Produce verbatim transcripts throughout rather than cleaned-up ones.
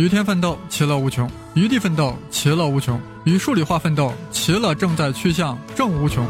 与天奋斗，其乐无穷；与地奋斗，其乐无穷；与数理化奋斗，其乐正在趋向正无穷。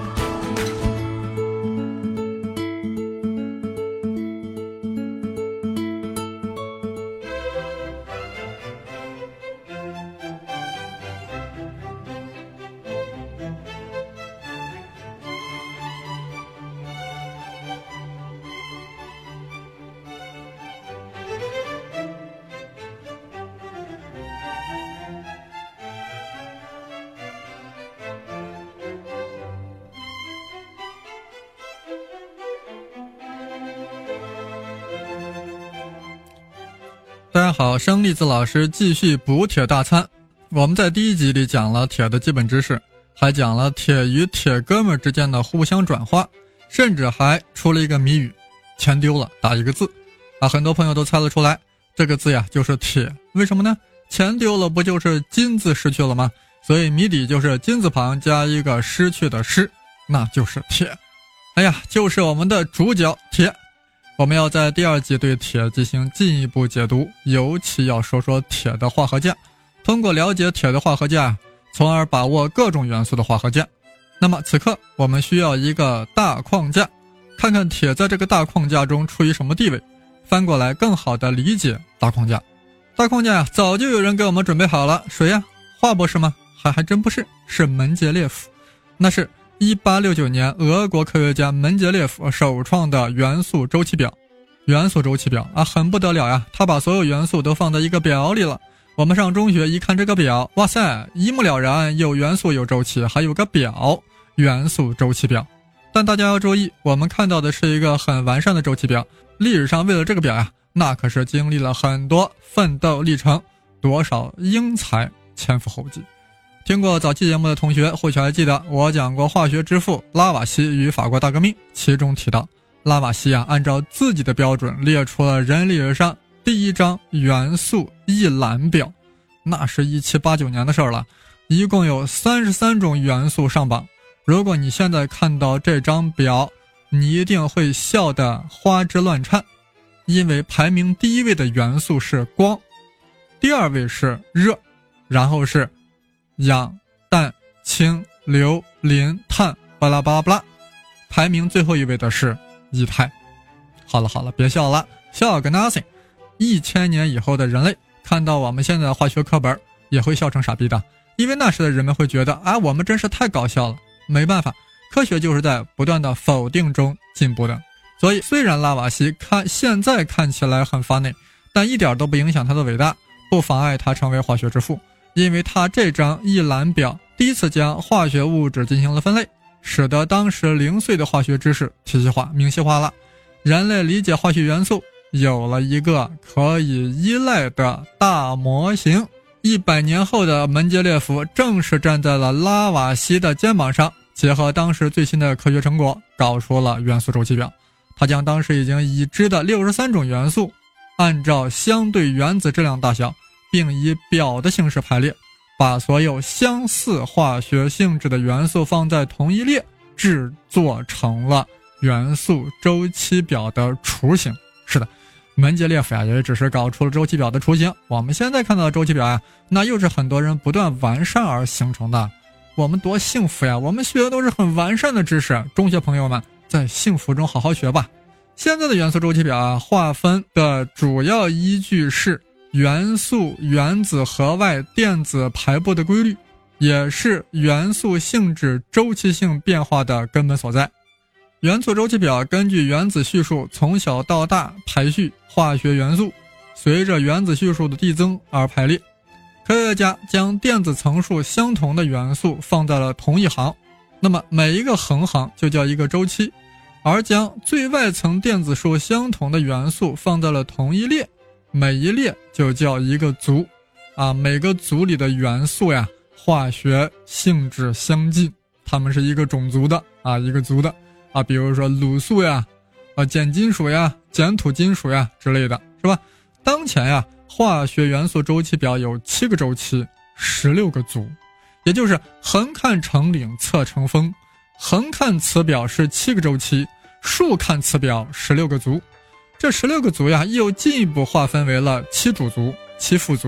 大家好，生粒子老师继续补铁大餐。我们在第一集里讲了铁的基本知识，还讲了铁与铁哥们之间的互相转化，甚至还出了一个谜语，钱丢了打一个字啊，很多朋友都猜了出来，这个字呀就是铁。为什么呢？钱丢了不就是金字失去了吗？所以谜底就是金字旁加一个失去的失，那就是铁。哎呀，就是我们的主角铁。我们要在第二集对铁进行进一步解读，尤其要说说铁的化合价，通过了解铁的化合价，从而把握各种元素的化合价。那么此刻我们需要一个大框架，看看铁在这个大框架中处于什么地位，翻过来更好地理解大框架。大框架呀，早就有人给我们准备好了，谁呀？华博士吗？还还真不是，是门捷列夫。那是一八六九年俄国科学家门捷列夫首创的元素周期表。元素周期表啊，很不得了呀，他把所有元素都放在一个表里了。我们上中学一看这个表，哇塞，一目了然，有元素有周期，还有个表，元素周期表。但大家要注意，我们看到的是一个很完善的周期表，历史上为了这个表呀，那可是经历了很多奋斗历程，多少英才前赴后继。听过早期节目的同学或许还记得，我讲过化学之父拉瓦锡与法国大革命，其中提到拉瓦锡啊，按照自己的标准列出了人类史上第一张元素一览表，那是一七八九年的事儿了，一共有三十三种元素上榜。如果你现在看到这张表，你一定会笑得花枝乱颤，因为排名第一位的元素是光，第二位是热，然后是氧、氮、氢、硫、磷、碳，巴拉巴拉巴拉，排名最后一位的是液态。好了好了，别笑了，笑个 nothing。一千年以后的人类看到我们现在的化学课本也会笑成傻逼的，因为那时的人们会觉得啊，我们真是太搞笑了。没办法，科学就是在不断的否定中进步的。所以虽然拉瓦锡看现在看起来很发内，但一点都不影响他的伟大，不妨碍他成为化学之父。因为他这张一览表第一次将化学物质进行了分类，使得当时零碎的化学知识体系化明晰化了，人类理解化学元素有了一个可以依赖的大模型。一百年后的门捷列夫正是站在了拉瓦锡的肩膀上，结合当时最新的科学成果，搞出了元素周期表。他将当时已经已知的六十三种元素按照相对原子质量大小，并以表的形式排列，把所有相似化学性质的元素放在同一列，制作成了元素周期表的雏形。是的，门捷列夫呀，也只是搞出了周期表的雏形。我们现在看到的周期表呀，那又是很多人不断完善而形成的。我们多幸福呀，我们学的都是很完善的知识。中学朋友们，在幸福中好好学吧。现在的元素周期表啊，划分的主要依据是元素原子核外电子排布的规律，也是元素性质周期性变化的根本所在。元素周期表根据原子序数从小到大排序化学元素，随着原子序数的递增而排列。科学家将电子层数相同的元素放在了同一行，那么每一个横行就叫一个周期，而将最外层电子数相同的元素放在了同一列，每一列就叫一个族啊，每个族里的元素呀，化学性质相近，它们是一个种族的啊，一个族的啊，比如说卤素呀、啊碱金属呀、碱土金属呀之类的，是吧？当前呀，化学元素周期表有七个周期，十六个族，也就是横看成岭侧成峰，横看此表是七个周期，竖看此表十六个族。这十六个族呀，又进一步划分为了七主族、七副族、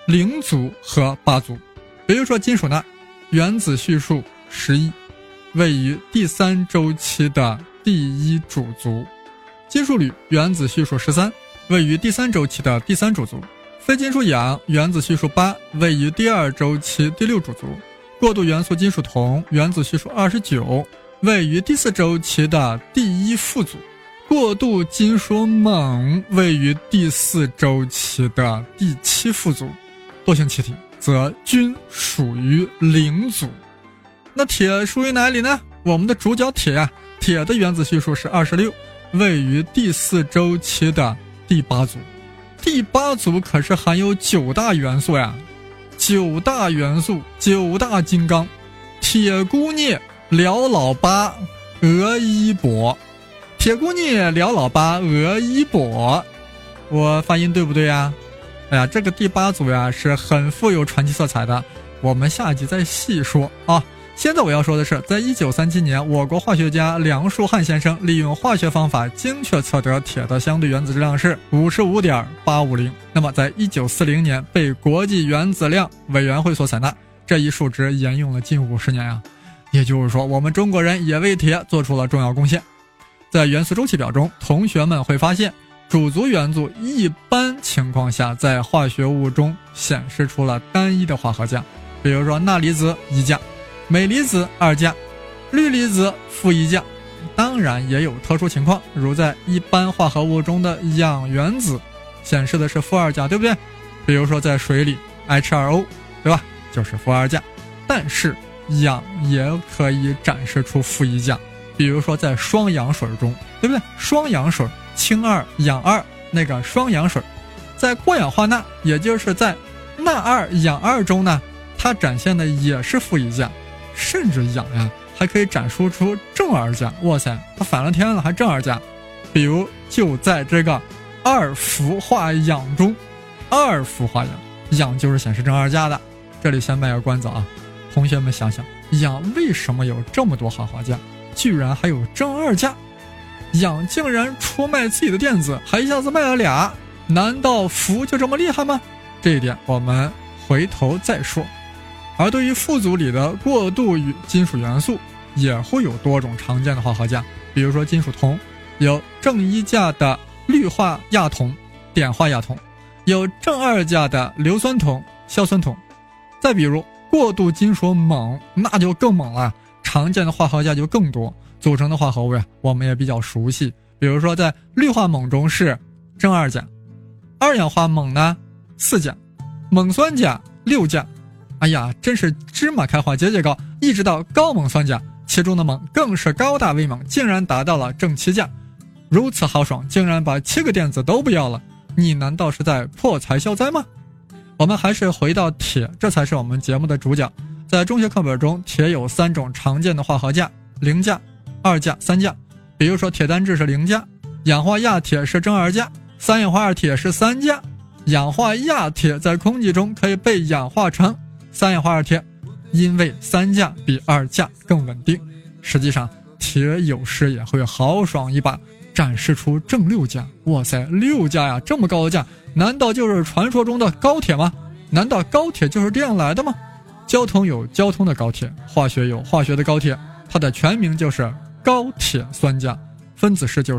零组和八组。比如说金属钠，原子序数十一，位于第三周期的第一主族。金属铝原子序数十三，位于第三周期的第三主族。非金属氧原子序数八，位于第二周期第六主族。过渡元素金属铜原子序数二十九，位于第四周期的第一副组。过渡金属锰位于第四周期的第七副组。多性气体则均属于零组。那铁属于哪里呢？我们的主角铁呀、啊，铁的原子序数是二十六，位于第四周期的第八组。第八组可是含有九大元素呀，九大元素，九大金刚：铁、钴、镍、辽、老八、俄、伊、铂。铁、钴、镍、辽、老八、俄、伊、铂，我发音对不对呀？哎呀，这个第八组呀是很富有传奇色彩的，我们下一集再细说啊。现在我要说的是，在一九三七年，我国化学家梁漱沆先生利用化学方法精确测得铁的相对原子质量是 五十五点八五零， 那么在一九四零年被国际原子量委员会所采纳，这一数值沿用了近五十年啊。也就是说，我们中国人也为铁做出了重要贡献。在元素周期表中，同学们会发现主族元素一般情况下在化学物中显示出了单一的化合价，比如说钠离子一价，镁离子二价，氯离子负一价。当然也有特殊情况，如在一般化合物中的氧原子显示的是负二价，对不对？比如说在水里 H 二 O， 对吧，就是负二价。但是氧也可以展示出负一价，比如说在双氧水中，对不对？双氧水氢二氧二，那个双氧水，在过氧化钠，也就是在钠二氧二中呢，它展现的也是负一价。甚至氧呀还可以展示出正二价，哇塞，它反了天了，还正二价。比如就在这个二氟化氧中，二氟化氧，氧就是显示正二价的。这里先卖个关子啊，同学们想想，氧为什么有这么多化合价，居然还有正二价？氧竟然出卖自己的电子，还一下子卖了俩，难道氟就这么厉害吗？这一点我们回头再说。而对于副组里的过渡金属元素，也会有多种常见的化合价，比如说金属铜有正一价的氯化亚铜、碘化亚铜，有正二价的硫酸铜、硝酸铜。再比如过渡金属锰，那就更猛了，常见的化合价就更多，组成的化合物呀，我们也比较熟悉。比如说在氯化锰中是正二价，二氧化锰呢四价，锰酸钾六价。哎呀，真是芝麻开花节节高，一直到高锰酸钾，其中的锰更是高大威猛，竟然达到了正七价。如此豪爽，竟然把七个电子都不要了，你难道是在破财消灾吗？我们还是回到铁，这才是我们节目的主角。在中学课本中，铁有三种常见的化合价：零价、二价、三价。比如说铁单质是零价，氧化亚铁是正二价，三氧化二铁是三价。氧化亚铁在空气中可以被氧化成三氧化二铁，因为三价比二价更稳定。实际上铁有时也会豪爽一把，展示出正六价。哇塞，六价呀，这么高的价，难道就是传说中的高铁吗？难道高铁就是这样来的吗？交通有交通的高铁，化学有化学的高铁，它的全名就是高铁酸钾，分子式就是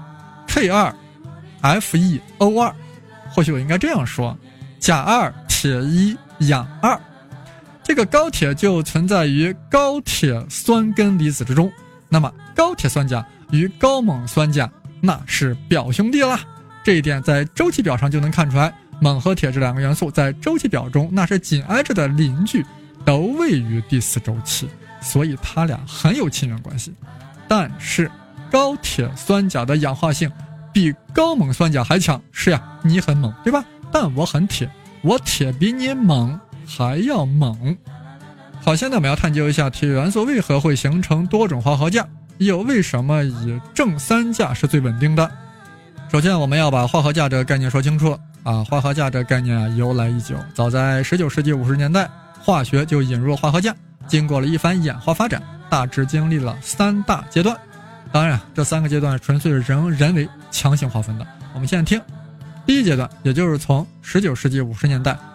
K 二 F 一 O 二。 或许我应该这样说，钾二铁一氧二。这个高铁就存在于高铁酸根离子之中，那么高铁酸钾与高锰酸钾那是表兄弟啦。这一点在周期表上就能看出来，锰和铁这两个元素在周期表中那是紧挨着的邻居，都位于第四周期，所以它俩很有亲缘关系。但是高铁酸钾的氧化性比高锰酸钾还强，是呀，你很锰对吧？但我很铁，我铁比你锰还要猛。好，现在我们要探究一下铁元素为何会形成多种化合价，又为什么以正三价是最稳定的。首先我们要把化合价这个概念说清楚啊，化合价这个概念啊由来已久，早在十九世纪五十年代，化学就引入化合价，经过了一番演化发展，大致经历了三大阶段。当然这三个阶段纯粹是人人为强行划分的。我们现在听第一阶段，也就是从十九世纪五十年代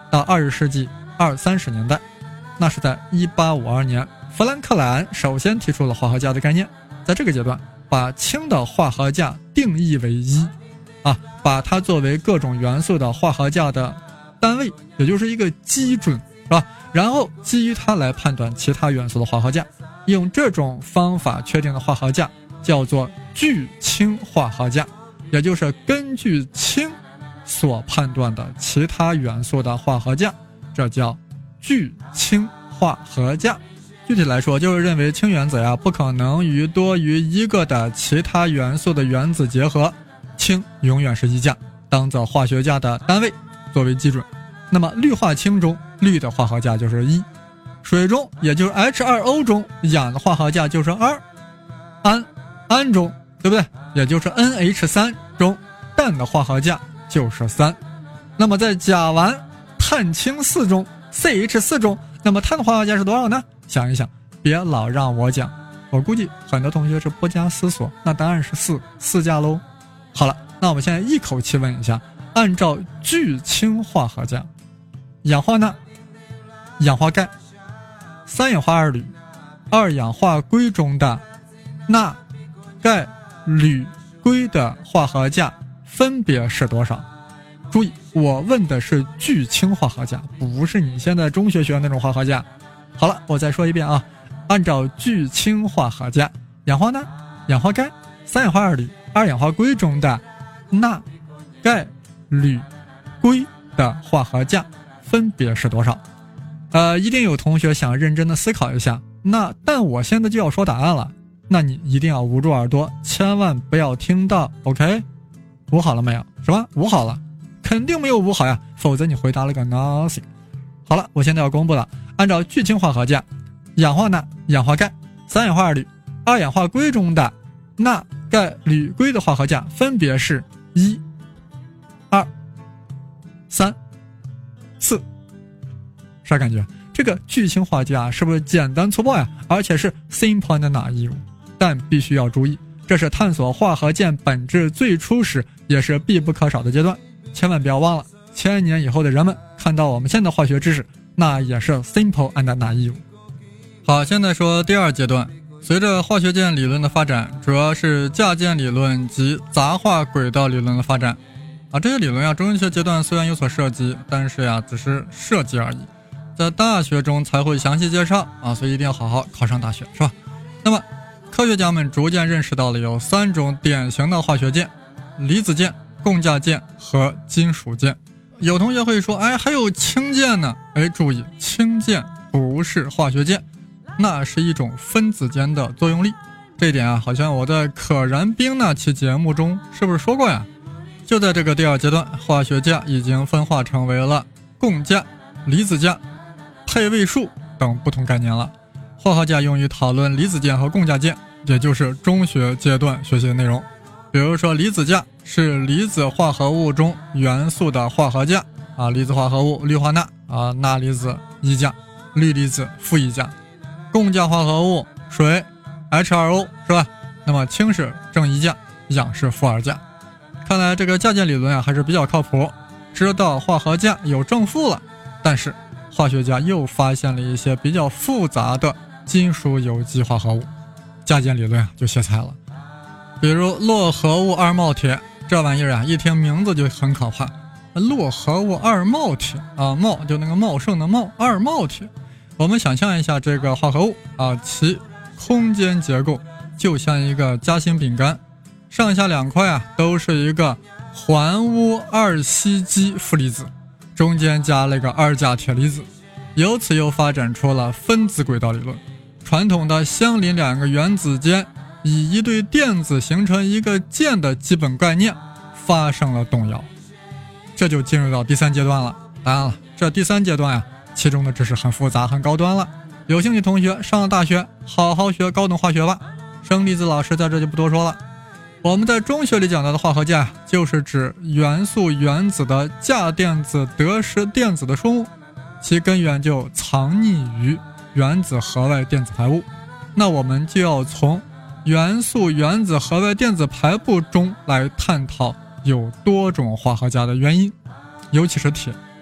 到二十世纪二三十年代，那是在一八五二年，弗兰克兰首先提出了化合价的概念。在这个阶段，把氢的化合价定义为一，啊，把它作为各种元素的化合价的单位，也就是一个基准，是吧？然后基于它来判断其他元素的化合价，用这种方法确定的化合价叫做距氢化合价，也就是根据氢所判断的其他元素的化合价，这叫距氢化合价。具体来说，就是认为氢原子呀不可能与多于一个的其他元素的原子结合，氢永远是一价，当做化学价的单位作为基准。那么氯化氢中氯的化合价就是一，水中也就是 H 二 O 中氧的化合价就是二，氨氨中对不对，也就是 N H 三 中氮的化合价就是三。那么在甲烷碳氢四中 C H 四 中，那么碳的化合价是多少呢？想一想，别老让我讲，我估计很多同学是不加思索，那答案是四，四价喽。好了，那我们现在一口气问一下，按照距氢化合价，氧化钠、氧化钙、三氧化二铝、二氧化硅中的钠、钙、铝、硅的化合价分别是多少？注意，我问的是距氢化合价，不是你现在中学学的那种化合价。好了，我再说一遍啊，按照距氢化合价，氧化钠、氧化钙、三氧化二铝、二氧化硅中的钠、钙、铝、硅的化合价分别是多少？呃，一定有同学想认真的思考一下。那但我现在就要说答案了，那你一定要捂住耳朵，千万不要听到 OK？ 捂好了没有？什么？捂好了？肯定没有捂好呀，否则你回答了个 nothing。 好了，我现在要公布了，按照距氢化合价，氧化钠、氧化钙、三氧化二铝、二氧化硅中的钠、钙、铝、硅的化合价分别是一、二、三、四。啥感觉？这个距氢化价是不是简单粗暴呀？而且是 simple and naive， 但必须要注意，这是探索化合键本质最初时也是必不可少的阶段，千万不要忘了，千年以后的人们看到我们现在化学知识，那也是 simple and naive。 好，现在说第二阶段。随着化学键理论的发展，主要是价键理论及杂化轨道理论的发展啊，这些理论呀，中学阶段虽然有所涉及，但是呀，只是涉及而已，在大学中才会详细介绍啊，所以一定要好好考上大学，是吧？那么科学家们逐渐认识到了有三种典型的化学键：离子键、共价键和金属键。有同学会说，哎，还有氢键呢？哎，注意，氢键不是化学键，那是一种分子间的作用力。这一点啊，好像我在可燃冰那期节目中是不是说过呀？就在这个第二阶段，化学价已经分化成为了共价、离子价、配位数等不同概念了。化合价用于讨论离子键和共价键，也就是中学阶段学习的内容。比如说，离子价是离子化合物中元素的化合价啊，离子化合物氯化钠啊，钠离子一价，氯离子负一价。共价化合物水 H 二 O 是吧？那么氢是正一价，氧是负二价。看来这个价键理论啊还是比较靠谱，知道化合价有正负了。但是化学家又发现了一些比较复杂的金属有机化合物，价键理论啊就歇菜了。比如络合物二铆铁，这玩意儿啊一听名字就很可怕。络合物二铆铁啊，铆就那个茂盛的茂，二铆铁。我们想象一下这个化合物啊，其空间结构就像一个夹心饼干，上下两块啊都是一个环钨二烯基负离子，中间加了一个二价铁离子。由此又发展出了分子轨道理论，传统的相邻两个原子间以一对电子形成一个键的基本概念发生了动摇。这就进入到第三阶段了。当然了，这第三阶段呀、啊，其中的知识很复杂很高端了，有兴趣同学上了大学好好学高等化学吧。生粒子老师在这就不多说了。我们在中学里讲到的化合价，就是指元素原子的价电子得失电子的数目，其根源就藏匿于原子核外电子排布。那我们就要从元素原子核外电子排布中来探讨有多种化合价的原因，尤其是铁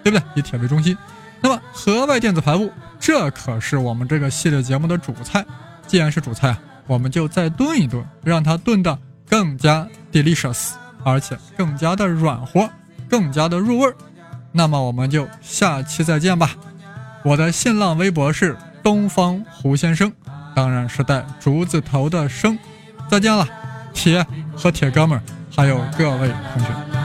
对不对？以铁为中心。那么河外电子排布，这可是我们这个系列节目的主菜。既然是主菜啊，我们就再炖一炖，让它炖得更加 delicious， 而且更加的软和，更加的入味。那么我们就下期再见吧。我的新浪微博是东方胡先生，当然是带竹字头的生。再见了，铁和铁哥们儿，还有各位同学。